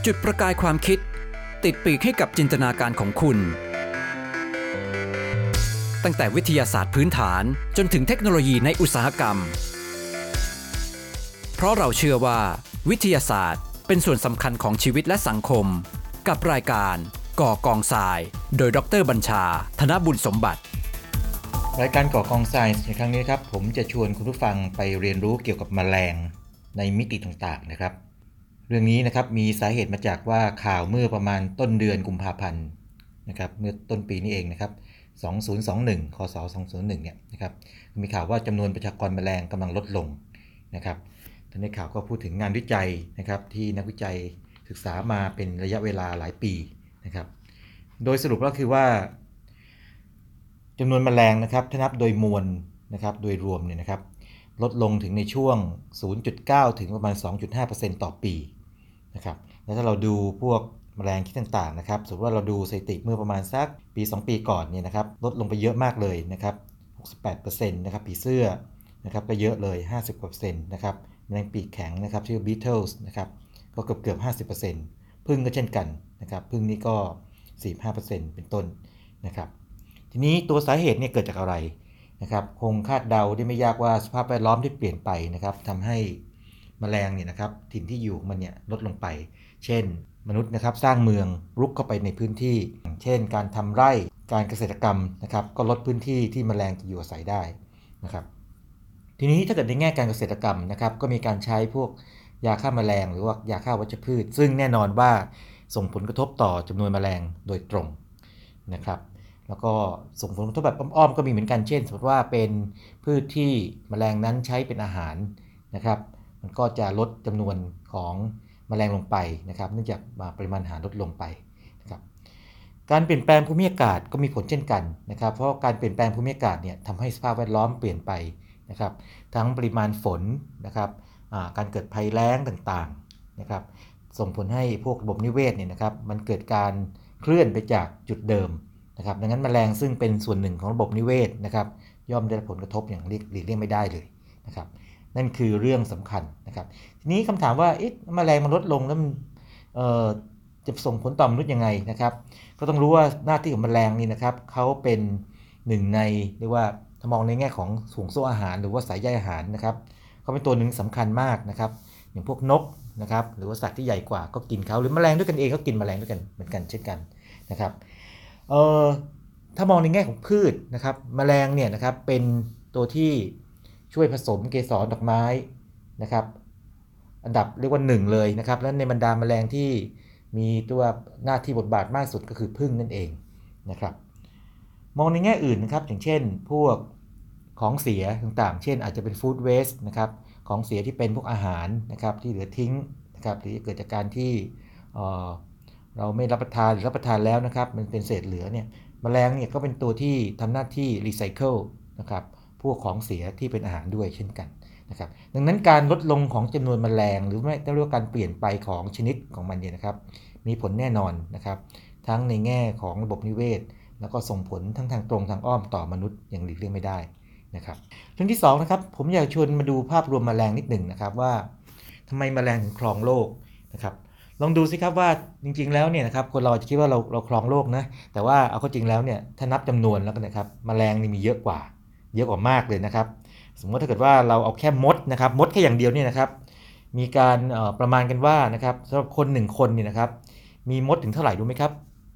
จุดประกายความคิดติดปีกให้กับจินตนาการของคุณตั้งแต่วิทยาศาสตร์พื้นฐานจนถึงเทคโนโลยีในอุตสาหกรรมเพราะเราเชื่อว่าวิทยาศาสตร์เป็นส่วนสำคัญของชีวิตและสังคมกับรายการก่อกองทรายโดยดร.บัญชา ธนบุญสมบัติรายการก่อกองทรายในครั้งนี้ครับผมจะชวนคุณผู้ฟังไปเรียนรู้เกี่ยวกับแมลงในมิติต่างๆนะครับเรื่องนี้นะครับมีสาเหตุมาจากว่าข่าวเมื่อประมาณต้นเดือนกุมภาพันธ์นะครับเมื่อต้นปีนี้เองนะครับ2021คศ2021เนี่ยนะครับมีข่าวว่าจำนวนประชากรแมลงกำลังลดลงนะครับท่านในข่าวก็พูดถึงงานวิจัยนะครับที่นักวิจัยศึกษามาเป็นระยะเวลาหลายปีนะครับโดยสรุปก็คือว่าจำนวนแมลงนะครับถ้านับโดยมวลนะครับโดยรวมเนี่ยนะครับลดลงถึงในช่วง 0.9 ถึงประมาณ 2.5% ต่อปีนะครับแล้วถ้าเราดูพวกแมลงชนิดต่างๆนะครับสมมติว่าเราดูสถิติเมื่อประมาณสักปี2ปีก่อนเนี่ยนะครับลดลงไปเยอะมากเลยนะครับ 68% นะครับผีเสื้อนะครับก็เยอะเลย 50% นะครับแมลงปีกแข็งนะครับชื่อ Beetles นะครับก็เกือบ 50% ผึ้งก็เช่นกันนะครับผึ้งนี่ก็ 45% เป็นต้นนะครับทีนี้ตัวสาเหตุเนี่ยเกิดจากอะไรนะครับคงคาดเดาได้ไม่ยากว่าสภาพแวดล้อมที่เปลี่ยนไปนะครับทำให้แมลงเนี่ยนะครับถิ่นที่อยู่มันเนี่ยลดลงไปเช่นมนุษย์นะครับสร้างเมืองรุกเข้าไปในพื้นที่เช่นการทำไร่การเกษตรกรรมนะครับก็ลดพื้นที่ที่แมลงจะอยู่อาศัยได้นะครับทีนี้ถ้าเกิดในแง่การเกษตรกรรมนะครับก็มีการใช้พวกยาฆ่าแมลงหรือว่ายาฆ่าวัชพืชซึ่งแน่นอนว่าส่งผลกระทบต่อจำนวนแมลงโดยตรงนะครับแล้วก็ส่งผลกระทบแบบอ้อมๆก็มีเหมือนกันเช่นสมมติว่าเป็นพืชที่แมลงนั้นใช้เป็นอาหารนะครับมันก็จะลดจำนวนของแมลงลงไปนะครับเนื่องจากปริมาณอาหารลดลงไปนะครับการเปลี่ยนแปลงภูมิอากาศก็มีผลเช่นกันนะครับเพราะการเปลี่ยนแปลงภูมิอากาศเนี่ยทำให้สภาพแวดล้อมเปลี่ยนไปนะครับทั้งปริมาณฝนนะครับการเกิดภัยแล้งต่างๆนะครับส่งผลให้พวกระบบนิเวศเนี่ยนะครับมันเกิดการเคลื่อนไปจากจุดเดิมนะครับดังนั้นแมลงซึ่งเป็นส่วนหนึ่งของระบบนิเวศนะครับย่อมได้รับผลกระทบอย่างหลีกเลี่ยงไม่ได้เลยนะครับนั่นคือเรื่องสำคัญนะครับทีนี้คำถามว่าแมลงมันลดลงแล้วมันจะส่งผลต่อมนุษย์ยังไงนะครับก็ต้องรู้ว่าหน้าที่ของแมลงนี่นะครับเขาเป็นหนึ่งในเรียกว่าถ้ามองในแง่ของห่วงโซ่อาหารหรือว่าสายใยอาหารนะครับเขาเป็นตัวหนึ่งสำคัญมากนะครับอย่างพวกนกนะครับหรือว่าสัตว์ที่ใหญ่กว่าก็กินเขาหรือแมลงด้วยกันเองก็กินแมลงด้วยกันเหมือนกันเช่นกันนะครับถ้ามองในแง่ของพืชนะครับแมลงเนี่ยนะครับเป็นตัวที่ช่วยผสมเกสรดอกไม้นะครับอันดับเรียกว่า1เลยนะครับและในบรรดาแมลงที่มีตัวหน้าที่บทบาทมากสุดก็คือผึ้งนั่นเองนะครับมองในแง่อื่นนะครับอย่างเช่นพวกของเสียต่างๆเช่นอาจจะเป็นฟู้ดเวสต์นะครับของเสียที่เป็นพวกอาหารนะครับที่เหลือทิ้งนะครับหรือเกิดจากการที่เราไม่รับประทานหรือรับประทานแล้วนะครับมันเป็นเศษเหลือเนี่ยแมลงเนี่ยก็เป็นตัวที่ทำหน้าที่รีไซเคิลนะครับพวกของเสียที่เป็นอาหารด้วยเช่นกันนะครับดังนั้นการลดลงของจำนวนแมลงหรือไม่ต้องเรียกว่าการเปลี่ยนไปของชนิดของมันเนี่ยนะครับมีผลแน่นอนนะครับทั้งในแง่ของระบบนิเวศแล้วก็ส่งผลทั้งทางตรงทางอ้อมต่อมนุษย์อย่างหลีกเลี่ยงไม่ได้นะครับเรื่องที่2นะครับผมอยากชวนมาดูภาพรวมแมลงนิดหนึ่งนะครับว่าทำไมแมลงถึงครองโลกนะครับลองดูสิครับว่าจริงๆแล้วเนี่ยนะครับคนเราจะคิดว่าเราครองโลกนะแต่ว่าเอาเข้าจริงแล้วเนี่ยถ้านับจำนวนแล้วกันนะครับแมลงนี่มีเยอะกว่ามากเลยนะครับสมมติถ้าเกิดว่าเราเอาแค่มดนะครับมดแค่อย่างเดียวเนี่ยนะครับมีการประมาณกันว่านะครับสำหรับคน1คนเนี่ยนะครับมีมดถึงเท่าไหร่รู้ไหมครับ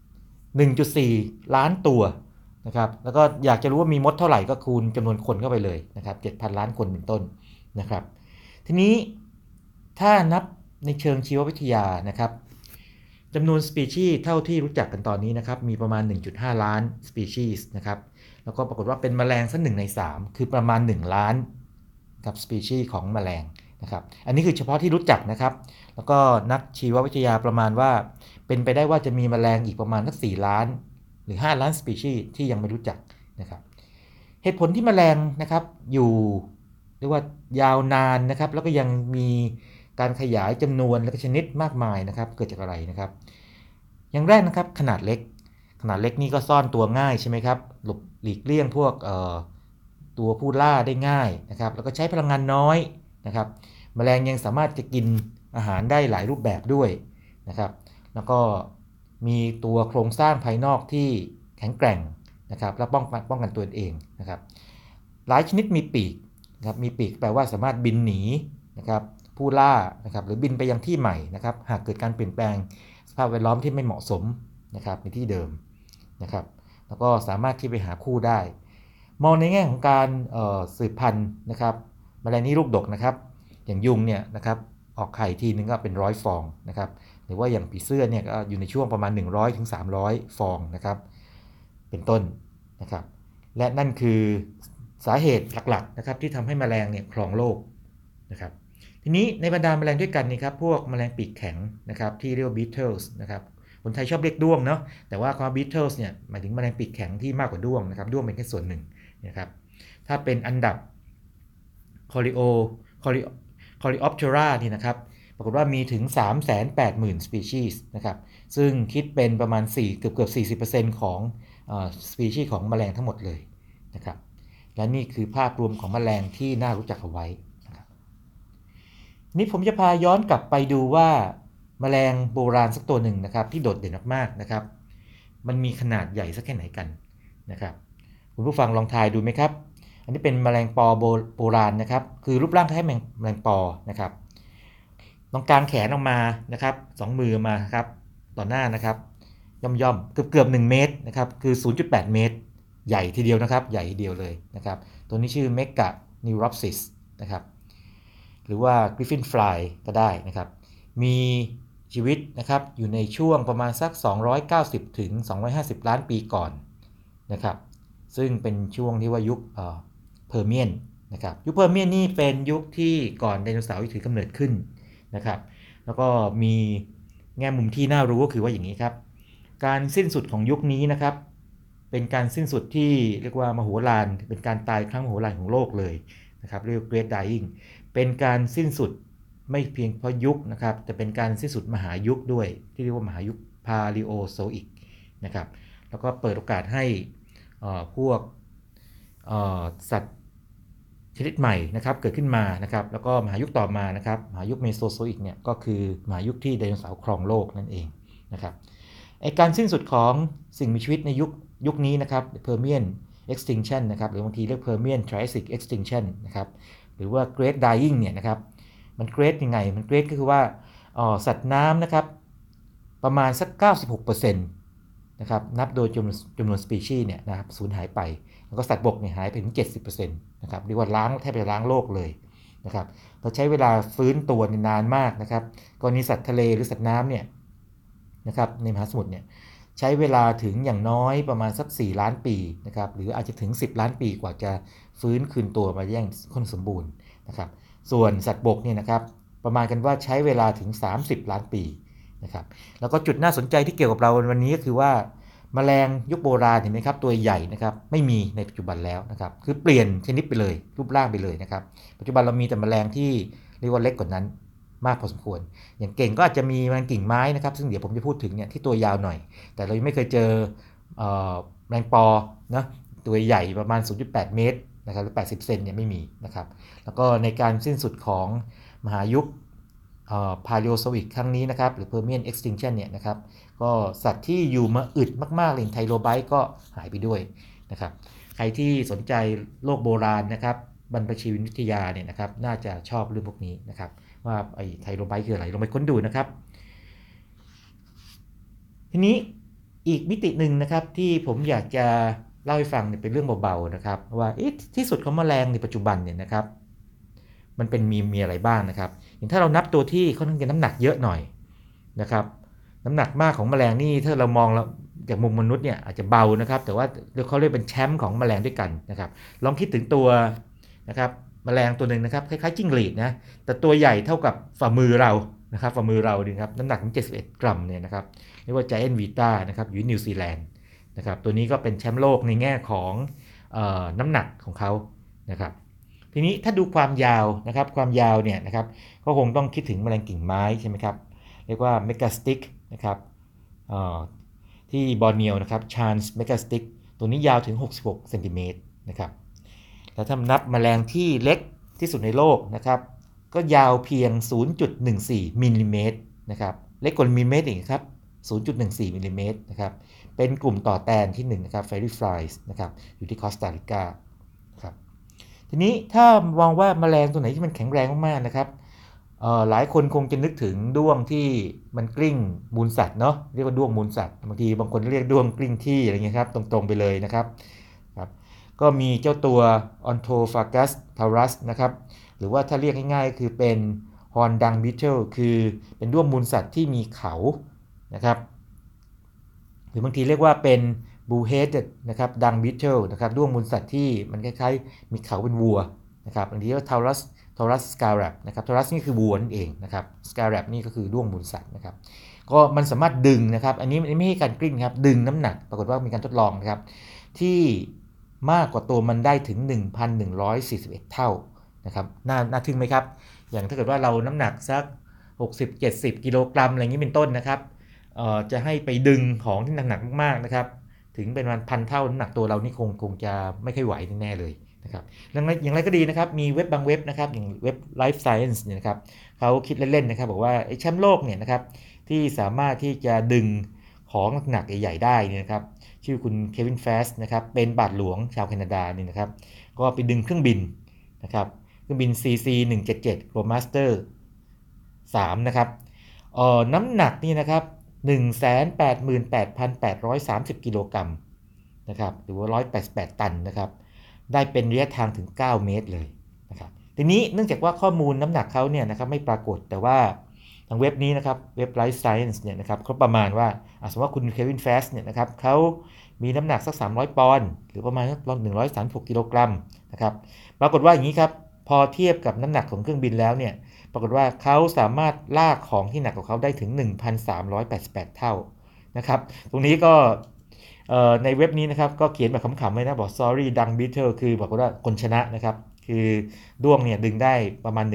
1.4 ล้านตัวนะครับแล้วก็อยากจะรู้ว่ามีมดเท่าไหร่ก็คูณจำนวนคนเข้าไปเลยนะครับ 7,000 ล้านคนเป็นต้นนะครับทีนี้ถ้านับในเชิงชีววิทยานะครับจำนวนสปีชีส์เท่าที่รู้จักกันตอนนี้นะครับมีประมาณ 1.5 ล้านสปีชีส์นะครับแล้วก็ปรากฏว่าเป็นแมลงสัก1ใน3คือประมาณ1ล้านกับสปีชีส์ของแมลงนะครับอันนี้คือเฉพาะที่รู้จักนะครับแล้วก็นักชีววิทยาประมาณว่าเป็นไปได้ว่าจะมีแมลงอีกประมาณสัก4ล้านหรือ5ล้านสปีชีส์ที่ยังไม่รู้จักนะครับเหตุผลที่แมลงนะครับอยู่เรียกว่ายาวนานนะครับแล้วก็ยังมีการขยายจำนวนและชนิดมากมายนะครับเกิดจากอะไรนะครับอย่างแรกนะครับขนาดเล็กนี่ก็ซ่อนตัวง่ายใช่ไหมครับหลีกเลี่ยงพวกตัวผู้ล่าได้ง่ายนะครับแล้วก็ใช้พลังงานน้อยนะครับแมลงยังสามารถจะกินอาหารได้หลายรูปแบบด้วยนะครับแล้วก็มีตัวโครงสร้างภายนอกที่แข็งแกร่งนะครับและป้องกันตัวเองนะครับหลายชนิดมีปีกนะครับมีปีกแปลว่าสามารถบินหนีนะครับผู้ล่านะครับหรือบินไปยังที่ใหม่นะครับหากเกิดการเปลี่ยนแปลงสภาพแวดล้อมที่ไม่เหมาะสมนะครับในที่เดิมนะครับแล้วก็สามารถที่ไปหาคู่ได้มองในแง่ของการสืบพันธุ์นะครับแมลงนี้ลูกดกนะครับอย่างยุงเนี่ยนะครับออกไข่ทีนึงก็เป็น100 ฟองนะครับหรือว่าอย่างผีเสื้อเนี่ยก็อยู่ในช่วงประมาณ100 ถึง 300 ฟองนะครับเป็นต้นนะครับและนั่นคือสาเหตุหลักๆนะครับที่ทำให้แมลงเนี่ยครองโลกนะครับทีนี้ในบรรดาแมลงด้วยกันนี่ครับพวกแมลงปีกแข็งนะครับที่เรียกว่า beetles นะครับคนไทยชอบเรียกด้วงเนาะแต่ว่าคำว่า beetles เนี่ยหมายถึงแมลงปีกแข็งที่มากกว่าด้วงนะครับด้วงเป็นแค่ส่วนหนึ่งนะครับถ้าเป็นอันดับ Coleoptera นี่นะครับปรากฏว่ามีถึง 380,000 species นะครับซึ่งคิดเป็นประมาณเกือบ 40% ของสปีชีส์ของแมลงทั้งหมดเลยนะครับและนี่คือภาพรวมของแมลงที่น่ารู้จักเอาไว้นะครับนี้ผมจะพาย้อนกลับไปดูว่าแมลงโบราณสักตัวหนึ่งนะครับที่โดดเด่นมากๆนะครับมันมีขนาดใหญ่สักแค่ไหนกันนะครับคุณผู้ฟังลองทายดูไหมครับอันนี้เป็นแมลงปอโบราณนะครับคือรูปร่างคล้ายแมลงปอนะครับลองกางแขนออกมานะครับ2 มือมาครับต่อหน้านะครับย่อมเกือบ1 เมตรนะครับคือ 0.8 เมตรใหญ่ทีเดียวนะครับใหญ่ทีเดียวเลยนะครับตัวนี้ชื่อ Meganeuropsis นะครับหรือว่า Griffin Fly ก็ได้นะครับมีชีวิตนะครับอยู่ในช่วงประมาณสัก290 ถึง 250 ล้านปีก่อนนะครับซึ่งเป็นช่วงที่ว่ายุคเพอร์เมียนนะครับยุคเพอร์เมียนนี่เป็นยุคที่ก่อนไดโนเสาร์ถือกำเนิดขึ้นนะครับแล้วก็มีแง่มุมที่น่ารู้ก็คือว่าอย่างนี้ครับการสิ้นสุดของยุคนี้นะครับเป็นการสิ้นสุดที่เรียกว่ามโหฬารเป็นการตายครั้งมโหฬารของโลกเลยนะครับเรียก Great Dying เป็นการสิ้นสุดไม่เพียงเพราะยุคนะครับแต่เป็นการสิ้นสุดมหายุคด้วยที่เรียกว่ามหายุค Paleozoic นะครับแล้วก็เปิดโอกาสให้พวกสัตว์ชนิดใหม่นะครับเกิดขึ้นมานะครับแล้วก็มหายุคต่อมานะครับมหายุคเมโซโซอิกเนี่ยก็คือมหายุคที่ไดโนเสาร์ครองโลกนั่นเองนะครับการสิ้นสุดของสิ่งมีชีวิตในยุคนี้นะครับ Permian extinction นะครับหรือบางทีเรียก Permian Triassic extinction นะครับหรือว่า Great Dying เนี่ยนะครับมัน Great ยังไงมัน Great ก็คือว่าสัตว์น้ำนะครับประมาณสัก 96% นะครับนับโดยจำนวนสปีชีส์เนี่ยนะครับสูญหายไปแล้วก็สัตว์บกเนี่ยหายไปถึง 70% นะครับเรียกว่าแทบจะล้างโลกเลยนะครับเราใช้เวลาฟื้นตัวนานมากนะครับกรณีสัตว์ทะเลหรือสัตว์น้ำเนี่ยนะครับในมหาสมุทรเนี่ยใช้เวลาถึงอย่างน้อยประมาณสัก4 ล้านปีนะครับหรืออาจจะถึง10 ล้านปีกว่าจะฟื้นคืนตัวมาแย่งคนสมบูรณ์นะครับส่วนสัตว์บกเนี่ยนะครับประมาณกันว่าใช้เวลาถึง30 ล้านปีนะครับแล้วก็จุดน่าสนใจที่เกี่ยวกับเราวันนี้ก็คือว่าแมลงยุคโบราณเห็นไหมครับตัวใหญ่นะครับไม่มีในปัจจุบันแล้วนะครับคือเปลี่ยนชนิดไปเลยรูปร่างไปเลยนะครับปัจจุบันเรามีแต่แมลงที่เรียกว่าเล็กกว่านั้นมากพอสมควรอย่างเก่งก็อาจจะมีแมลงกิ่งไม้นะครับซึ่งเดี๋ยวผมจะพูดถึงเนี่ยที่ตัวยาวหน่อยแต่เรายังไม่เคยเจอแมลงปอนะตัวใหญ่ประมาณ 0.8 เมตรนะครับหรือ80 เซนเนี่ยไม่มีนะครับแล้วก็ในการสิ้นสุดของมหายุคPaleozoic ครั้งนี้นะครับหรือ Permian extinction เนี่ยนะครับก็สัตว์ที่อยู่มาอึดมากๆเลยไทโลไบต์ก็หายไปด้วยนะครับใครที่สนใจโลกโบราณนะครับบรรพชีววิทยาเนี่ยนะครับน่าจะชอบเรื่องพวกนี้นะครับว่าไอ้ไทโลไบต์คืออะไรลองไปค้นดูนะครับทีนี้อีกมิติหนึ่งนะครับที่ผมอยากจะเล่าให้ฟังเนี่ยเป็นเรื่องเบาๆนะครับว่าที่สุดของแมลงในปัจจุบันเนี่ยนะครับมันเป็นมีอะไรบ้างนะครับอย่างถ้าเรานับตัวที่ค่อนข้างจะน้ำหนักเยอะหน่อยนะครับน้ำหนักมากของแมลงนี่ถ้าเรามองแล้วจากมุมมนุษย์เนี่ยอาจจะเบานะครับแต่ว่าเขาเรียกเป็นแชมป์ของแมลงด้วยกันนะครับลองคิดถึงตัวนะครับแมลงตัวหนึ่งนะครับคล้ายๆจิ้งหรีดนะแต่ตัวใหญ่เท่ากับฝ่ามือเรานะครับฝ่ามือเราดีครับน้ำหนักถึง71 กรัมเนี่ยนะครับเรียกว่า Giant Vita นะครับอยู่นิวซีแลนด์นะครับตัวนี้ก็เป็นแชมป์โลกในแง่ของน้ำหนักของเขานะครับทีนี้ถ้าดูความยาวนะครับความยาวเนี่ยนะครับก็คงต้องคิดถึงแมลงกิ่งไม้ใช่ไหมครับเรียกว่าเมกาสติกนะครับที่บอร์เนียวนะครับชานส์เมกาสติกตัวนี้ยาวถึง66 เซนติเมตรนะครับแล้วถ้านับแมลงที่เล็กที่สุดในโลกนะครับก็ยาวเพียง 0.14 มิลลิเมตรนะครับเล็กกว่ามิลลิเมตรอีกครับ 0.14 มิลลิเมตรนะครับเป็นกลุ่มต่อแตนที่1นะครับ Fairy Flies นะครับอยู่ที่คอสตาริกาครับทีนี้ถ้ามองว่าแมลงตัวไหนที่มันแข็งแรงมากๆนะครับหลายคนคงจะนึกถึงด้วงที่มันกลิ้งมูลสัตว์เนาะเรียกว่าด้วงมูลสัตว์บางทีบางคนเรียกด้วงกลิ้งที่อะไรเงี้ยครับตรงๆไปเลยนะครับก็มีเจ้าตัว Ontophagus taurus นะครับหรือว่าถ้าเรียกง่ายๆคือเป็นฮอร์นดังบีเทิลคือเป็นด้วงมูลสัตว์ที่มีเขานะครับหรือบางทีเรียกว่าเป็น bull-headed นะครับดังบีเทิลนะครับด้วงมูลสัตว์ที่มันคล้ายๆมีเขาเป็นวัวนะครับบางทีก็ Taurus scarab นะครับ Taurus นี่คือวัวนั่นเองนะครับ scarab นี่ก็คือด้วงมูลสัตว์นะครับก็มันสามารถดึงนะครับอันนี้ไม่ใช่การกลิ้งครับดึงน้ำหนักปรากฏว่ามีการทดลองนะครับที่มากกว่าตัวมันได้ถึง 1,141 เท่านะครับน่าทึ่งไหมครับอย่างถ้าเกิดว่าเราน้ำหนักสัก60-70 กิโลกรัมอะไรอย่างนี้เป็นต้นนะครับจะให้ไปดึงของที่หนักๆมากๆนะครับถึงเป็นพันเท่าน้ำหนักตัวเรานี่คงจะไม่ค่อยไหวแน่เลยนะครับอย่างไรก็ดีนะครับมีเว็บบางเว็บนะครับอย่างเว็บ Life Science เนี่ยนะครับเขาคิดเล่นๆนะครับบอกว่าไอ้แชมป์โลกเนี่ยนะครับที่สามารถที่จะดึงของหนักใหญ่ๆได้นี่นะครับชื่อคุณเควินแฟสนะครับเป็นบาทหลวงชาวแคนาดานี่นะครับก็ไปดึงเครื่องบินนะครับเครื่องบิน CC-177 Globemaster 3นะครับน้ำหนักนี่นะครับ 188,830 กิโลกรัมนะครับหรือว่า188 ตันนะครับได้เป็นระยะทางถึง9 เมตรเลยนะครับทีนี้เนื่องจากว่าข้อมูลน้ำหนักเขาเนี่ยนะครับไม่ปรากฏแต่ว่าทางเว็บนี้นะครับเว็บ Life Science เนี่ยนะครับเขาประมาณว่าสมมติว่าคุณเควินแฟสเนี่ยนะครับเขามีน้ำหนักสัก300 ปอนด์หรือประมาณ136 กิโลกรัมนะครับปรากฏว่าอย่างนี้ครับพอเทียบกับน้ำหนักของเครื่องบินแล้วเนี่ยปรากฏว่าเขาสามารถลากของที่หนักกว่าเขาได้ถึง 1,388 เท่านะครับตรงนี้ก็ในเว็บนี้นะครับก็เขียนแบบขำๆไว้นะบอก sorry dung beetle คือบอกว่าคนชนะนะครับคือด้วงเนี่ยดึงได้ประมาณ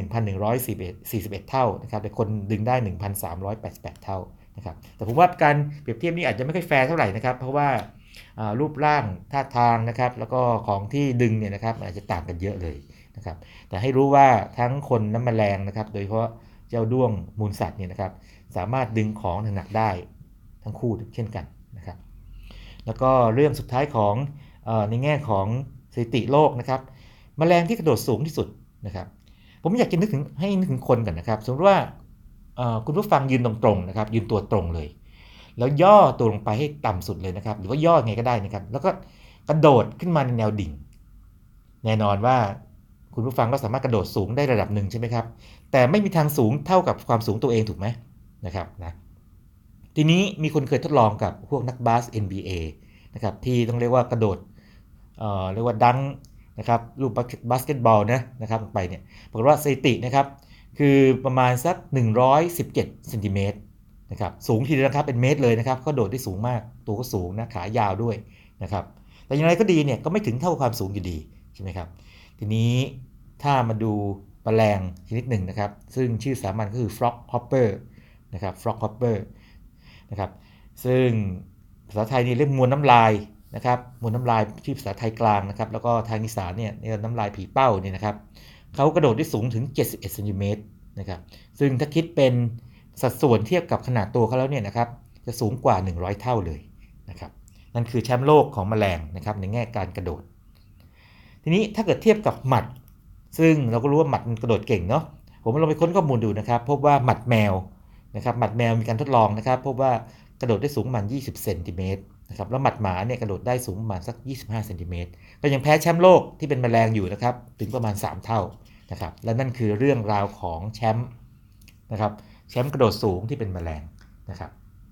1,141 เท่านะครับแต่คนดึงได้ 1,388 เท่านะครับแต่ผมว่าการเปรียบเทียบนี้อาจจะไม่ค่อยแฟร์เท่าไหร่นะครับเพราะว่ารูปร่างท่าทางนะครับแล้วก็ของที่ดึงเนี่ยนะครับอาจจะต่างกันเยอะเลยนะครับแต่ให้รู้ว่าทั้งคนและแมลงนะครับโดยเฉพาะเจ้าด้วงมูลสัตว์เนี่ยนะครับสามารถดึงของหนักๆได้ทั้งคู่เช่นกันนะครับแล้วก็เรื่องสุดท้ายของในแง่ของสถิติโลกนะครับแมลงที่กระโดดสูงที่สุดนะครับผมอยากจะนึกถึงคนกันนะครับสมมติว่าคุณผู้ฟังยืนตรงๆนะครับยืนตัวตรงเลยแล้วย่อตัวลงไปให้ต่ำสุดเลยนะครับหรือว่าย่อไงก็ได้นะครับแล้วก็กระโดดขึ้นมาในแนวดิ่งแน่นอนว่าคุณผู้ฟังก็สามารถกระโดดสูงได้ระดับหนึ่งใช่ไหมครับแต่ไม่มีทางสูงเท่ากับความสูงตัวเองถูกไหมนะครับนะทีนี้มีคนเคยทดลองกับพวกนักบาส NBA นะครับที่ต้องเรียกว่ากระโดดเรียกว่าดังนะครับลูกบาสเกตบอลนะครับไปเนี่ยปรากฏว่าสถิตินะครับคือประมาณสัก117 เซนติเมตรนะครับสูงทีเดียวนะครับเป็นเมตรเลยนะครับก็โดดได้สูงมากตัวก็สูงนะขายาวด้วยนะครับแต่อย่างไรก็ดีเนี่ยก็ไม่ถึงเท่าความสูงอยู่ดีใช่ไหมครับทีนี้ถ้ามาดูแมลงชนิดหนึ่งนะครับซึ่งชื่อสามัญก็คือ frog hopper นะครับ frog hopper นะครับซึ่งภาษาไทยนี่เรียกมวลน้ำลายนะครับมวลน้ำลายที่ภาษาไทยกลางนะครับแล้วก็ทางอีสานเนี่ยน้ำลายผีเป้าเนี่ยนะครับเขากระโดดได้สูงถึง71 เซนติเมตรนะครับซึ่งถ้าคิดเป็นสัดส่วนเทียบกับขนาดตัวเขาแล้วเนี่ยนะครับจะสูงกว่า100 เท่าเลยนะครับนั่นคือแชมป์โลกของแมลงนะครับในแง่การกระโดดทีนี้ถ้าเกิดเทียบกับหมัดซึ่งเราก็รู้ว่าหมัดมันกระโดดเก่งเนาะผมลองไปค้นข้อมูลดูนะครับพบว่าหมัดแมวนะครับหมัดแมวมีการทดลองนะครับพบว่ากระโดดได้สูงประมาณ20 เซนติเมตรนะครับแล้วหมัดหมาเนี่ยกระโดดได้สูงประมาณสัก25 เซนติเมตรก็ยังแพ้แชมป์โลกที่เป็นแมลงอยู่นะครับถึงประมาณ3 เท่านะครับและนั่นคือเรื่องราวของแชมป์นะครับแชมป์กระโดดสูงที่เป็นแมลงนะครับ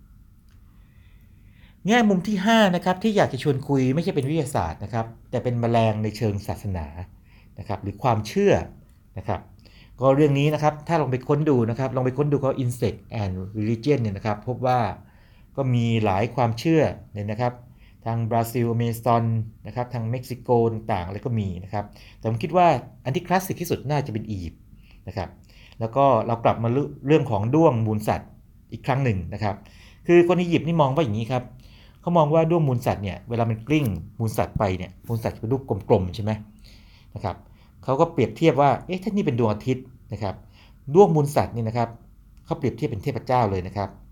แง่มุมที่5นะครับที่อยากจะชวนคุยไม่ใช่เป็นวิทยาศาสตร์นะครับแต่เป็นแมลงในเชิงศาสนานะครับหรือความเชื่อนะครับก็เรื่องนี้นะครับถ้าลองไปค้นดูนะครับลองไปค้นดูเขา Insect and Religion เนี่ยนะครับพบว่าก็มีหลายความเชื่อเนี่ยนะครับทางบราซิลอเมซอนนะครับทางเม็กซิโกต่างๆอะไรก็มีนะครับแต่ผมคิดว่าอันที่คลาสสิกที่สุดน่าจะเป็นอียิปต์นะครับแล้วก็เรากลับมาเรื่องของด้วงมูลสัตว์อีกครั้งหนึ่งนะครับคือคนอียิปต์นี่มองว่าอย่างนี้ครับเขามองว่าด้วงมูลสัตว์เนี่ยเวลามันกลิ้งมูลสัตว์ไปเนี่ยมูลสัตว์เป็นรูปกลมๆใช่ไหมนะครับเขาก็เปรียบเทียบว่าถ้านี่เป็นดวงอาทิตย์นะครับด้วงมูลสัตว์นี่นะครับเขาเปรียบเทียบเป็นเทพเจ้าเลยนะครับ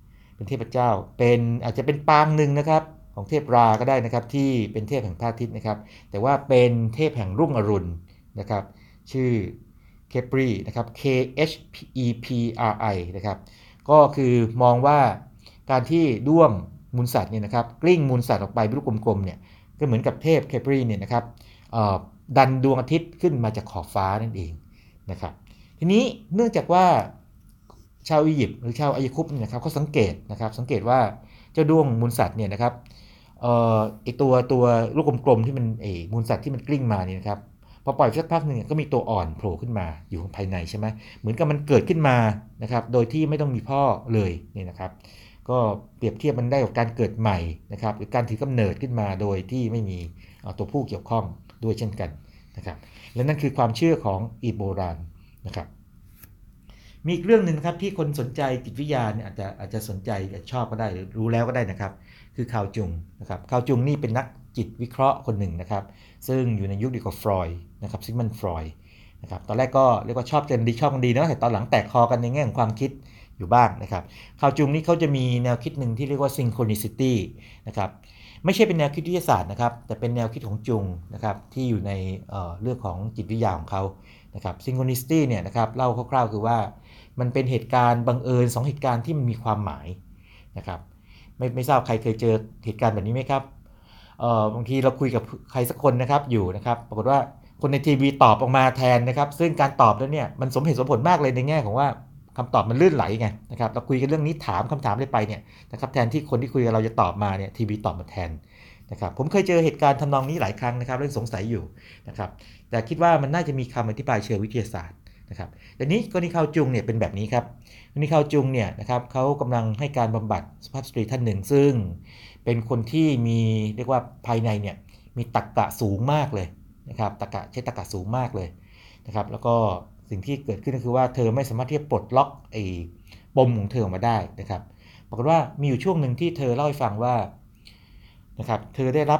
เป็นเทพเจ้าเป็นอาจจะเป็นปางหนึ่งนะครับของเทพราก็ได้นะครับที่เป็นเทพแห่งพระอาทิตย์นะครับแต่ว่าเป็นเทพแห่งรุ่งอรุณนะครับชื่อเคปรีนะครับ K H E P R I นะครับก็คือมองว่าการที่ด้วงมูลสัตว์เนี่ยนะครับกลิ้งมูลสัตว์ออกไปเป็นลูกกลมๆเนี่ยก็เหมือนกับเทพเคปรีเนี่ยนะครับดันดวงอาทิตย์ขึ้นมาจากขอบฟ้านั่นเองนะครับทีนี้เนื่องจากว่าชาวอียิปต์หรือชาวอายคุปเนี่ยนะครับเขาสังเกตว่าเจ้าด้วงมูลสัตว์เนี่ยนะครับไอตัวลูกกลมๆที่มันมูลสัตว์ที่มันกลิ้งมาเนี่ยนะครับพอปล่อยสักพักหนึ่งก็มีตัวอ่อนโผล่ขึ้นมาอยู่ภายในใช่ไหมเหมือนกับมันเกิดขึ้นมานะครับโดยที่ไม่ต้องมีพ่อเลยนี่นะครับก็เปรียบเทียบมันได้กับการเกิดใหม่นะครับหรือการถือกำเนิดขึ้นมาโดยที่ไม่มีตัวผู้เกี่ยวข้องด้วยเช่นกันนะครับและนั่นคือความเชื่อของอียิปต์โบราณนะครับมีอีกเรื่องหนึ่งนะครับที่คนสนใจจิตวิทยาเนี่ยอาจจะสนใจชอบก็ได้หรือรู้แล้วก็ได้นะครับคือคาร์ลจุงนะครับคาร์ลจุงนี่เป็นนักจิตวิเคราะห์คนหนึ่งนะครับซึ่งอยู่ในยุคเดียวกับฟรอยด์นะครับซิกมันด์ฟรอยด์นะครับตอนแรกก็เรียกว่าชอบกันดีนะแต่ตอนหลังแตกคอกันในแง่ของความคิดอยู่บ้างนะครับคาร์ลจุงนี่เขาจะมีแนวคิดหนึ่งที่เรียกว่า synchronicity นะครับไม่ใช่เป็นแนวคิดวิทยาศาสตร์นะครับแต่เป็นแนวคิดของจุงนะครับที่อยู่ในเรื่องของจิตวิทยาของเขานะครับ synchronicity เนี่ยนะครับเล่าคร่าวๆคือว่ามันเป็นเหตุการณ์บังเอิญ2เหตุการณ์ที่มันมีความหมายนะครับไม่ทราบใครเคยเจอเหตุการณ์แบบนี้ไหมครับบางทีเราคุยกับใครสักคนนะครับอยู่นะครับปรากฏว่าคนในทีวีตอบออกมาแทนนะครับซึ่งการตอบแล้วเนี่ยมันสมเหตุสมผลมากเลยในแง่ของว่าคำตอบมันลื่นไหลไงนะครับเราคุยกันเรื่องนี้ถามคำถามได้ไปเนี่ยนะครับแทนที่คนที่คุยกับเราจะตอบมาเนี่ยทีวีตอบมาแทนนะครับผมเคยเจอเหตุการณ์ทำนองนี้หลายครั้งนะครับเรื่องสงสัยอยู่นะครับแต่คิดว่ามันน่าจะมีคำอธิบายเชิงวิทยาศาสตร์นะครับแต่นี้กรณีคาร์ลจุงเนี่ยเป็นแบบนี้ครับกรณีคาร์ลจุงเนี่ยนะครับเขากำลังให้การบำบัดสุภาพสตรีท่านหนึ่งซึ่งเป็นคนที่มีเรียกว่าภายในเนี่ยมีตรรกะสูงมากเลยนะครับใช้ตรรกะสูงมากเลยนะครับแล้วก็สิ่งที่เกิดขึ้นก็คือว่าเธอไม่สามารถที่จะปลดล็อกไอ้ปมของเธอออกมาได้นะครับปรากฏว่ามีอยู่ช่วงหนึ่งที่เธอเล่าให้ฟังว่านะครับเธอได้รับ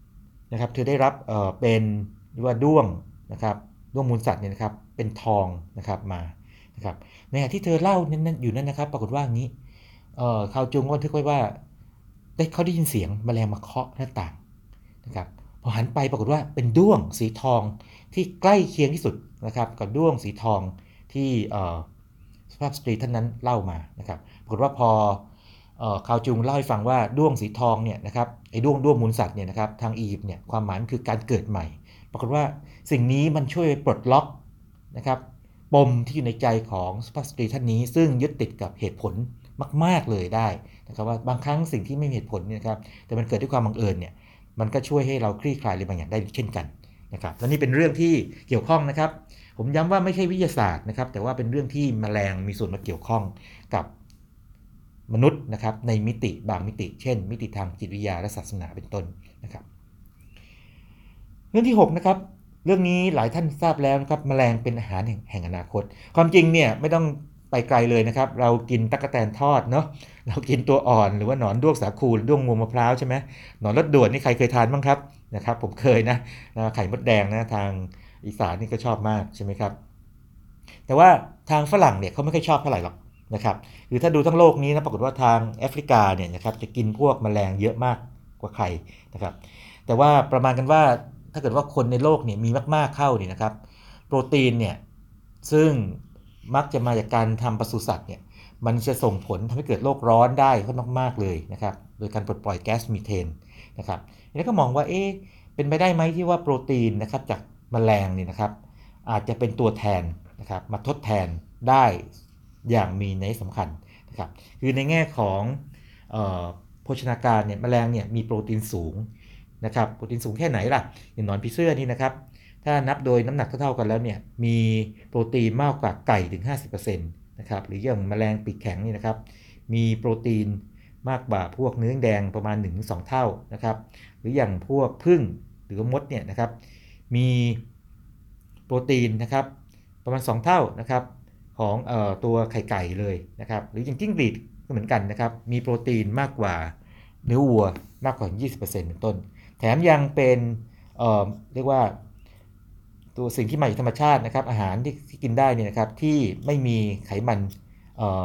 เป็นว่าด้วงนะครับด้วงมูลสัตว์เนี่ยนะครับเป็นทองนะครับมานะครับในขณะที่เธอเล่านั้นอยู่นั้นนะครับปรากฏว่าอย่างนี้คาร์ลจุงก็บันทึกไว้ว่าเขาได้ยินเสียงแมลงมาเคาะหน้าต่างนะครับพอหันไปปรากฏว่าเป็นด้วงสีทองที่ใกล้เคียงที่สุดนะครับกับด้วงสีทองที่สุภาพสตรีท่านนั้นเล่ามานะครับปรากฏว่าพอคาร์ลจุงเล่าให้ฟังว่าด้วงสีทองเนี่ยนะครับไอ้ด้วงมูลสัตว์เนี่ยนะครับทางอียิปต์เนี่ยความหมายมันคือการเกิดใหม่ปรากฏว่าสิ่งนี้มันช่วยปลดล็อกนะครับปมที่อยู่ในใจของสุภาพสตรีท่านนี้ซึ่งยึดติดกับเหตุผลมากๆเลยได้นะครับว่าบางครั้งสิ่งที่ไม่มีเหตุผลเนี่ยครับแต่มันเกิดด้วยความบังเอิญเนี่ยมันก็ช่วยให้เราคลี่คลายอะไรบางอย่างได้เช่นกันนะครับและนี่เป็นเรื่องที่เกี่ยวข้องนะครับผมย้ำว่าไม่ใช่วิทยาศาสตร์นะครับแต่ว่าเป็นเรื่องที่แมลงมีส่วนมาเกี่ยวข้องกับมนุษย์นะครับในมิติบางมิติเช่นมิติทางจิตวิทยาและศาสนาเป็นต้นนะครับเรื่องที่6นะครับเรื่องนี้หลายท่านทราบแล้วนะครับแมลงเป็นอาหารแห่งอนาคตความจริงเนี่ยไม่ต้องไปไกลเลยนะครับเรากินตั๊กแตนทอดเนาะเรากินตัวอ่อนหรือว่าหนอนด้วงสาคูด้วงงวงมะพร้าวใช่ไหมหนอนรสด่วนนี่ใครเคยทานบ้างครับนะครับผมเคยนะไข่มดแดงนะทางอีสานนี่ก็ชอบมากใช่ไหมครับแต่ว่าทางฝรั่งเนี่ยเขาไม่ค่อยชอบเท่าไหร่หรอกนะครับหรือถ้าดูทั้งโลกนี้นะปรากฏว่าทางแอฟริกาเนี่ยนะครับจะกินพวกแมลงเยอะมากกว่าใครนะครับแต่ว่าประมาณกันว่าถ้าเกิดว่าคนในโลกเนี่ยมีมากๆเข้าเนี่ยนะครับโปรตีนเนี่ยซึ่งมักจะมาจากการทำปศุสัตว์เนี่ยมันจะส่งผลทำให้เกิดโลกร้อนได้ค่อนข้างมากเลยนะครับโดยการปลดปล่อยแก๊สมีเทนนะครับแล้วก็มองว่าเป็นไปได้ไหมที่ว่าโปรตีนนะครับจากแมลงนี่นะครับอาจจะเป็นตัวแทนนะครับมาทดแทนได้อย่างมีนัยสำคัญนะครับคือในแง่ของโภชนาการเนี่ยแมลงเนี่ยมีโปรตีนสูงนะครับโปรตีนสูงแค่ไหนล่ะอย่างหนอนผีเสื้อนี่นะครับถ้านับโดยน้ำหนักเท่าๆกันแล้วเนี่ยมีโปรตีนมากกว่าไก่ถึง 50% นะครับหรืออย่างแมลงปีกแข็งนี่นะครับมีโปรตีนมากกว่าพวกเนื้อแดงประมาณ 1-2 เท่านะครับหรืออย่างพวกผึ้งหรือมดเนี่ยนะครับมีโปรตีนนะครับประมาณ2เท่านะครับของตัวไข่ไก่เลยนะครับหรืออย่างจิ้งหรีดก็เหมือนกันนะครับมีโปรตีนมากกว่าเนื้อวัวมากกว่า 20% เป็นต้นแถมยังเป็นเรียกว่าตัวสิ่งที่มาจากธรรมชาตินะครับอาหารที่กินได้เนี่ยนะครับที่ไม่มีไขมัน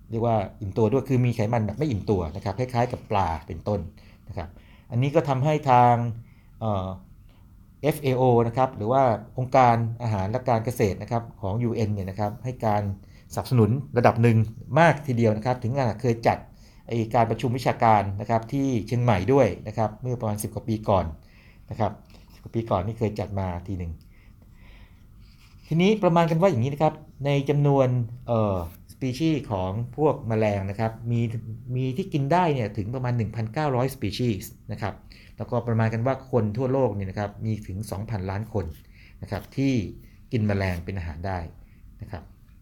เรียกว่าอิ่มตัวด้วยคือมีไขมันแบบไม่อิ่มตัวนะครับคล้ายๆกับปลาเป็นต้นนะครับอันนี้ก็ทำให้ทางFAO นะครับหรือว่าองค์การอาหารและการเกษตรนะครับของ UN เนี่ยนะครับให้การสนับสนุนระดับหนึ่งมากทีเดียวนะครับถึงขนาดเคยจัดการประชุมวิชาการนะครับที่เชียงใหม่ด้วยนะครับเมื่อประมาณ10 กว่าปีก่อนนะครับ10 กว่าปีก่อนนี่เคยจัดมาทีหนึ่งทีนี้ประมาณกันว่าอย่างนี้นะครับในจำนวนสปีชีส์ของพวกแมลงนะครับมีที่กินได้เนี่ยถึงประมาณ 1,900 สปีชีส์นะครับแล้วก็ประมาณกันว่าคนทั่วโลกเนี่ยนะครับมีถึง 2,000 ล้านคนนะครับที่กินแมลงเป็นอาหารได้นะครับ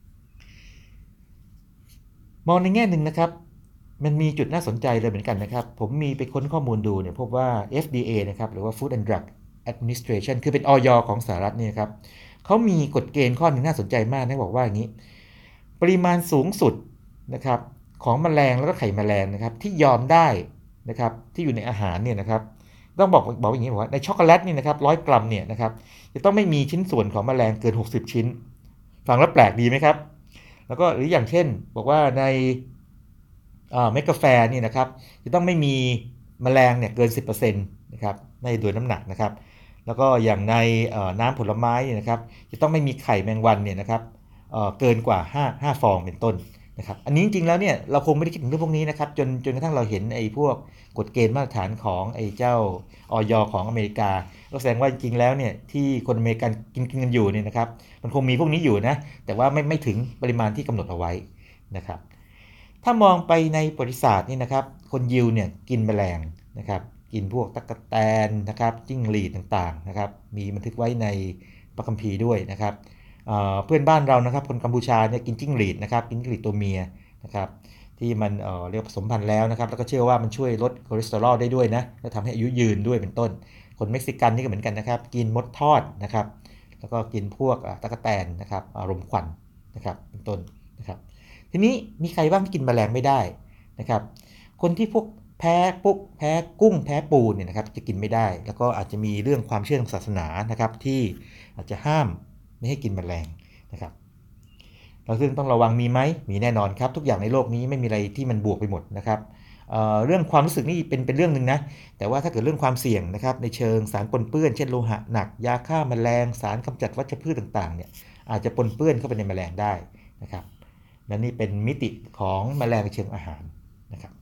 มองในแง่หนึ่งนะครับมันมีจุดน่าสนใจเลยเหมือนกันนะครับผมมีไปค้นข้อมูลดูเนี่ยพบว่า FDA นะครับหรือว่า Food and Drug Administration คือเป็น อย.ของสหรัฐนี่นะครับเขามีกฎเกณฑ์ข้อหนึ่งน่าสนใจมากนะบอกว่าอย่างนี้ปริมาณสูงสุดนะครับของแมลงแล้วก็ไข่แมลงนะครับที่ยอมได้นะครับที่อยู่ในอาหารเนี่ยนะครับต้องบอกอย่างนี้บอกว่าในช็อกโกแลตนี่นะครับ100 กรัมเนี่ยนะครับจะต้องไม่มีชิ้นส่วนของแมลงเกิน60 ชิ้นฟังแล้วแปลกดีไหมครับแล้วก็หรืออย่างเช่นบอกว่าในเม็ดกาแฟนี่นะครับจะต้องไม่มีแมลงเนี่ยเกิน 10% นะครับในโดยน้ำหนักนะครับแล้วก็อย่างในน้ำผลไม้เนี่ยนะครับจะต้องไม่มีไข่แมงวันเนี่ยนะครับเกินกว่า5 ฟองเป็นต้นนะครับอันนี้จริงๆแล้วเนี่ยเราคงไม่ได้คิดถึงเรื่องพวกนี้นะครับจนกระทั่งเราเห็นไอ้พวกกฎเกณฑ์มาตรฐานของไอ้เจ้าอย.ของอเมริกาก็แสดงว่าจริงๆแล้วเนี่ยที่คนอเมริกันกินกันอยู่เนี่ยนะครับมันคงมีพวกนี้อยู่นะแต่ว่าไม่ถึงปริมาณที่กำหนดเอาไว้นะครับถ้ามองไปในประวัติศาสตร์นี่นะครับคนยิวเนี่ยกินแมลงนะครับกินพวกตั๊กแตนนะครับจิ้งหรีดต่างๆนะครับมีบันทึกไว้ในพระคัมภีร์ด้วยนะครับเพื่อนบ้านเรานะครับคนกัมพูชาเนี่ยกินจิ้งหรีดนะครับกินจิ้งหรีดตัวเมียนะครับที่มันเรียกผสมพันธุ์แล้วนะครับแล้วก็เชื่อว่ามันช่วยลดคอเลสเตอรอลได้ด้วยนะและทำให้อายุยืนด้วยเป็นต้นคนเม็กซิกันนี่ก็เหมือนกันนะครับกินมดทอดนะครับแล้วก็กินพวกตั๊กแตนนะครับรมควันนะครับเป็นต้นนะครับทีนี้มีใครบ้างที่กินแมลงไม่ได้นะครับคนที่พวกแพ้กุ้งแพ้ปูเนี่ยนะครับจะกินไม่ได้แล้วก็อาจจะมีเรื่องความเชื่อทางศาสนานะครับที่อาจจะห้ามไม่ให้กินแมลงนะครับเราซึ่งต้องระวังมีไหมมีแน่นอนครับทุกอย่างในโลกนี้ไม่มีอะไรที่มันบวกไปหมดนะครับเรื่องความรู้สึกนี่เป็นเรื่องนึงนะแต่ว่าถ้าเกิดเรื่องความเสี่ยงนะครับในเชิงสารปนเปื้อนเช่นโลหะหนักยาฆ่าแมลงสารกำจัดวัชพืชต่างๆเนี่ยอาจจะปนเปื้อนเข้าไปในแมลงได้นะครับและนี่เป็นมิติของแมลงเชิงอาหารนะครับ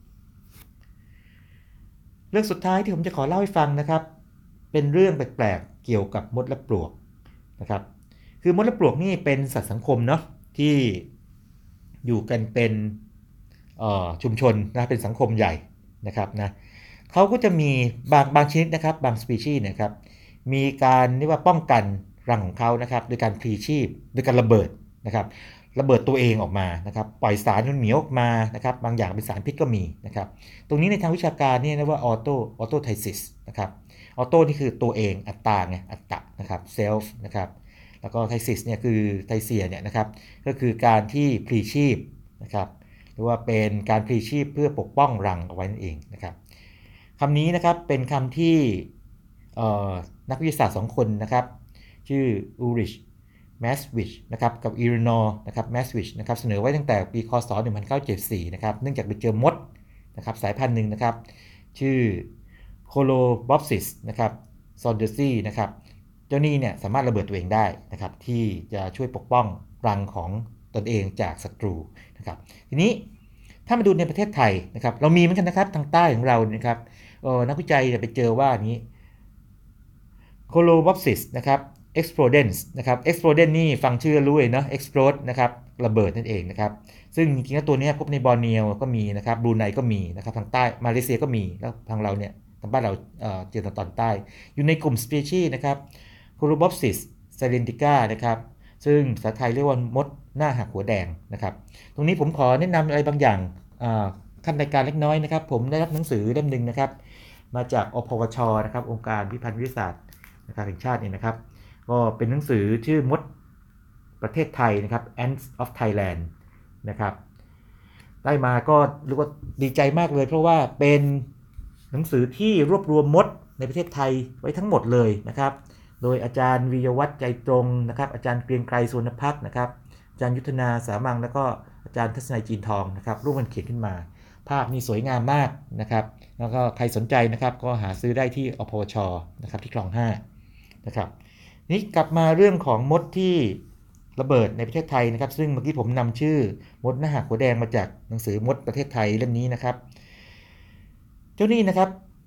เรื่องสุดท้ายที่ผมจะขอเล่าให้ฟังนะครับเป็นเรื่องแปลกๆเกี่ยวกับมดและปลวกนะครับคือมดและปลวกนี่เป็นสัตว์สังคมเนาะที่อยู่กันเป็นชุมชนนะเป็นสังคมใหญ่นะครับนะเขาก็จะมีบางชนิดนะครับบางสปีชีส์นะครับมีการเรียกว่าป้องกันรังของเขานะครับโดยการพลีชีพโดยการระเบิดนะครับระเบิดตัวเองออกมานะครับปล่อยสารเหนียวออกมานะครับบางอย่างเป็นสารพิษก็มีนะครับตรงนี้ในทางวิชาการเนี่ยเรียกว่าออโตไทซิสนะครับออโตนี่คือตัวเองอัตตาไงอัตตะนะครับเซลฟ์นะครับแล้วก็ไทซิสเนี่ยคือไทเซียเนี่ยนะครับก็คือการที่พลีชีพนะครับหรือว่าเป็นการพลีชีพเพื่อปกป้องรังเอาไว้นั่นเองนะครับคำนี้นะครับเป็นคำที่นักวิทยาศาสตร์2 คนนะครับชื่ออูริชแมสวิชนะครับกับอีรินอร์นะครับแมสวิชนะครับเสนอไว้ตั้งแต่ปีคศ1974นะครับเนื่องจากไปเจอมดนะครับสายพันธุ์หนึ่งนะครับชื่อโคโลบอปซิสนะครับซอนเดอร์ซีนะครับเจ้านี่เนี่ยสามารถระเบิดตัวเองได้นะครับที่จะช่วยปกป้องรังของตนเองจากศัตรูนะครับทีนี้ถ้ามาดูในประเทศไทยนะครับเรามีเหมือนกันนะครับทางใต้ของเรานะครับนักวิจัยไปเจอว่านี้โคโลบอปซิสนะครับexplodens นะครับ explodens นี่ฟังชื่อรู้เลยเนาะ explode นะครับระเบิดนั่นเองนะครับซึ่งจริงๆแล้วตัวนี้พบในบอร์เนียวก็มีนะครับบรูไนก็มีนะครับทางใต้มาเลเซียก็มีแล้วทางเราเนี่ยทางบ้านเราเจอตอนใต้อยู่ในกลุ่มสปีชีส์นะครับ Colobopsis silentica นะครับซึ่งภาษาไทยเรียกว่ามดหน้าหักหัวแดงนะครับตรงนี้ผมขอแนะนำอะไรบางอย่างขั้นรายการเล็กน้อยนะครับผมได้รับหนังสือเล่มนึงนะครับมาจากอพวชนะครับองค์การพิพัฒน์วิทยาศาสตร์แห่งชาตินี่นะครับก็เป็นหนังสือชื่อมดประเทศไทยนะครับ Ants of Thailand นะครับได้มาก็เรียกว่าดีใจมากเลยเพราะว่าเป็นหนังสือที่รวบรวมมดในประเทศไทยไว้ทั้งหมดเลยนะครับโดยอาจารย์วิยวัฒน์ใจตรงนะครับอาจารย์เกรียงไกรสุวรรณพักนะครับอาจารย์ยุทธนาสามังแล้วก็อาจารย์ทัศนัยจีนทองนะครับร่วมกันเขียนขึ้นมาภาพนี่สวยงามมากนะครับแล้วก็ใครสนใจนะครับก็หาซื้อได้ที่อพวชนะครับที่คลอง5นะครับนี่กลับมาเรื่องของมดที่ระเบิดในประเทศไทยนะครับซึ่งเมื่อกี้ผมนำชื่อมดหน้าหักหัวแดงมาจากหนังสือมดประเทศไทยเล่มนี้นะครับเจ้านี่นะครับ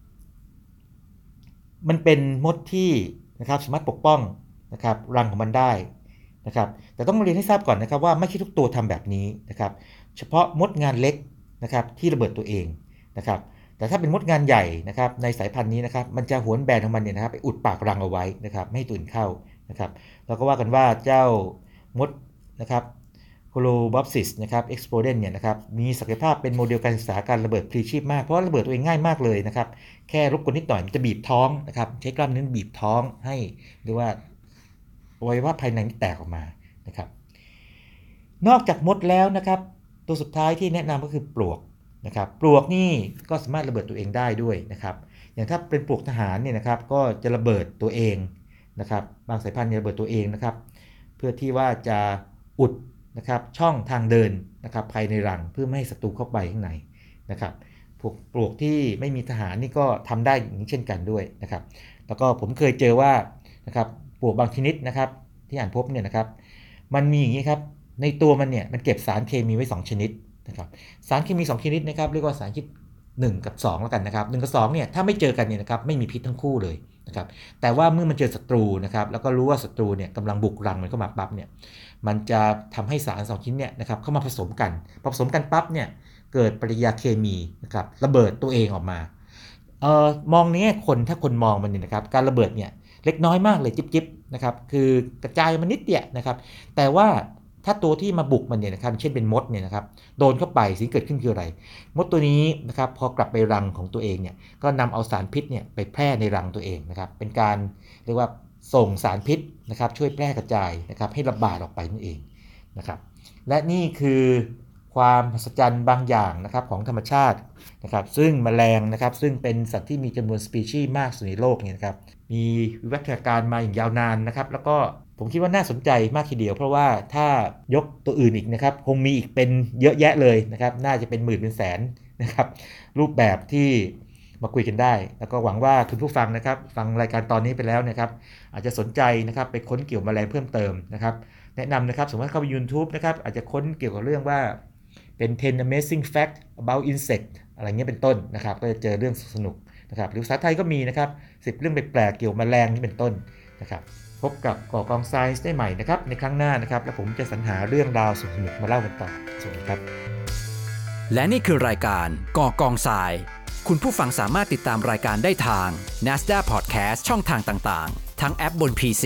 มันเป็นมดที่นะครับสามารถปกป้องนะครับรังของมันได้นะครับแต่ต้องเรียนให้ทราบก่อนนะครับว่าไม่ใช่ทุกตัวทำแบบนี้นะครับเฉพาะมดงานเล็กนะครับที่ระเบิดตัวเองนะครับแต่ถ้าเป็นมดงานใหญ่นะครับในสายพันธุ์นี้นะครับมันจะหวนแบนของมันเนี่ยนะครับไปอุดปากรังเอาไว้นะครับไม่ให้ตัวอื่นเข้านะครับแล้วก็ว่ากันว่าเจ้ามดนะครับColobopsis นะครับ Explodens เนี่ยนะครับมีศักยภาพเป็นโมเดลการศึกษาการระเบิดพลีชีพมากเพราะระเบิดตัวเองง่ายมากเลยนะครับแค่รบกวนนิดหน่อยมันจะบีบท้องนะครับใช้กล้ามเนื้อบีบท้องให้หรือว่าอวัยวะภายในแตกออกมานะครับนอกจากมดแล้วนะครับตัวสุดท้ายที่แนะนำก็คือปลวกนะครับปลวกนี่ก็สามารถระเบิดตัวเองได้ด้วยนะครับอย่างถ้าเป็นปลวกทหารเนี่ยนะครับก็จะระเบิดตัวเองนะครับบางสายพันธุ์ระเบิดตัวเองนะครับเพื่อที่ว่าจะอุดนะครับช่องทางเดินนะครับภายในรังเพื่อไม่ให้ศัตรูเข้าไปข้างในนะครับพวกปลวกที่ไม่มีทหารนี่ก็ทำได้อย่างนี้เช่นกันด้วยนะครับแล้วก็ผมเคยเจอว่านะครับปลวกบางชนิดนะครับที่อ่านพบเนี่ยนะครับมันมีอย่างนี้ครับในตัวมันเนี่ยมันเก็บสารเคมีไว้2ชนิดนะครับสารเคมี2ชนิดนะครับเรียกว่าสารชนิด1กับ2แล้วกันนะครับ1กับ2เนี่ยถ้าไม่เจอกันเนี่ยนะครับไม่มีพิษทั้งคู่เลยนะครับแต่ว่าเมื่อมันเจอศัตรูนะครับแล้วก็รู้ว่าศัตรูเนี่ยกำลังบุกรังมันเข้ามาปั๊บเนี่ยมันจะทำให้สาร2ชิ้นเนี่ยนะครับเข้ามาผสมกันพอผสมกันปั๊บเนี่ยเกิดปฏิกิริยาเคมีนะครับระเบิดตัวเองออกมามองในแง่คนถ้าคนมองมันเนี่ยนะครับการระเบิดเนี่ยเล็กน้อยมากเลยจิ๊บๆนะครับคือกระจายมันนิดเดียวนะครับแต่ว่าถ้าตัวที่มาบุกมันเนี่ยนะครับเช่นเป็นมดเนี่ยนะครับโดนเข้าไปสิ่งเกิดขึ้นคืออะไรมดตัวนี้นะครับพอกลับไปรังของตัวเองเนี่ยก็นำเอาสารพิษเนี่ยไปแพร่ในรังตัวเองนะครับเป็นการเรียกว่าส่งสารพิษนะครับช่วยแพร่กระจายนะครับให้ระบาดออกไปนั่นเองนะครับและนี่คือความมหัศจรรย์บางอย่างนะครับของธรรมชาตินะครับซึ่งแมลงนะครับซึ่งเป็นสัตว์ที่มีจำนวนสปีชีส์มากสุดในโลกเนี่ยนะครับมีวิวัฒนาการมาอย่างยาวนานนะครับแล้วก็ผมคิดว่าน่าสนใจมากทีเดียวเพราะว่าถ้ายกตัวอื่นอีกนะครับคงมีอีกเป็นเยอะแยะเลยนะครับน่าจะเป็นหมื่นเป็นแสนนะครับรูปแบบที่มาคุยกันได้แล้วก็หวังว่าคุณผู้ฟังนะครับฟังรายการตอนนี้ไปแล้วนะครับอาจจะสนใจนะครับไปค้นเกี่ยวกับแมลงเพิ่มเติมนะครับแนะนำนะครับสมมติเข้าไป YouTube นะครับอาจจะค้นเกี่ยวกับเรื่องว่าเป็น 10 amazing fact about insect อะไรเงี้ยเป็นต้นนะครับก็จะเจอเรื่องสนุกนะครับหรือภาษาไทยก็มีนะครับ10 เรื่องแปลกๆเกี่ยวกับแมลงนี่เป็นต้นนะครับพบกับก่อกองไซน์ได้ใหม่นะครับในครั้งหน้านะครับและผมจะสรรหาเรื่องราวสนุกๆมาเล่ากันต่อสวัสดีครับและนี่คือรายการก่อกองทรายคุณผู้ฟังสามารถติดตามรายการได้ทาง NASDAQ Podcast ช่องทางต่างๆทั้งแอปบน PC,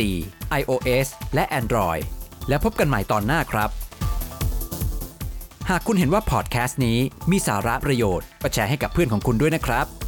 iOS และ Android และพบกันใหม่ตอนหน้าครับหากคุณเห็นว่าพอดแคสต์นี้มีสาระประโยชน์ก็แชร์ให้กับเพื่อนของคุณด้วยนะครับ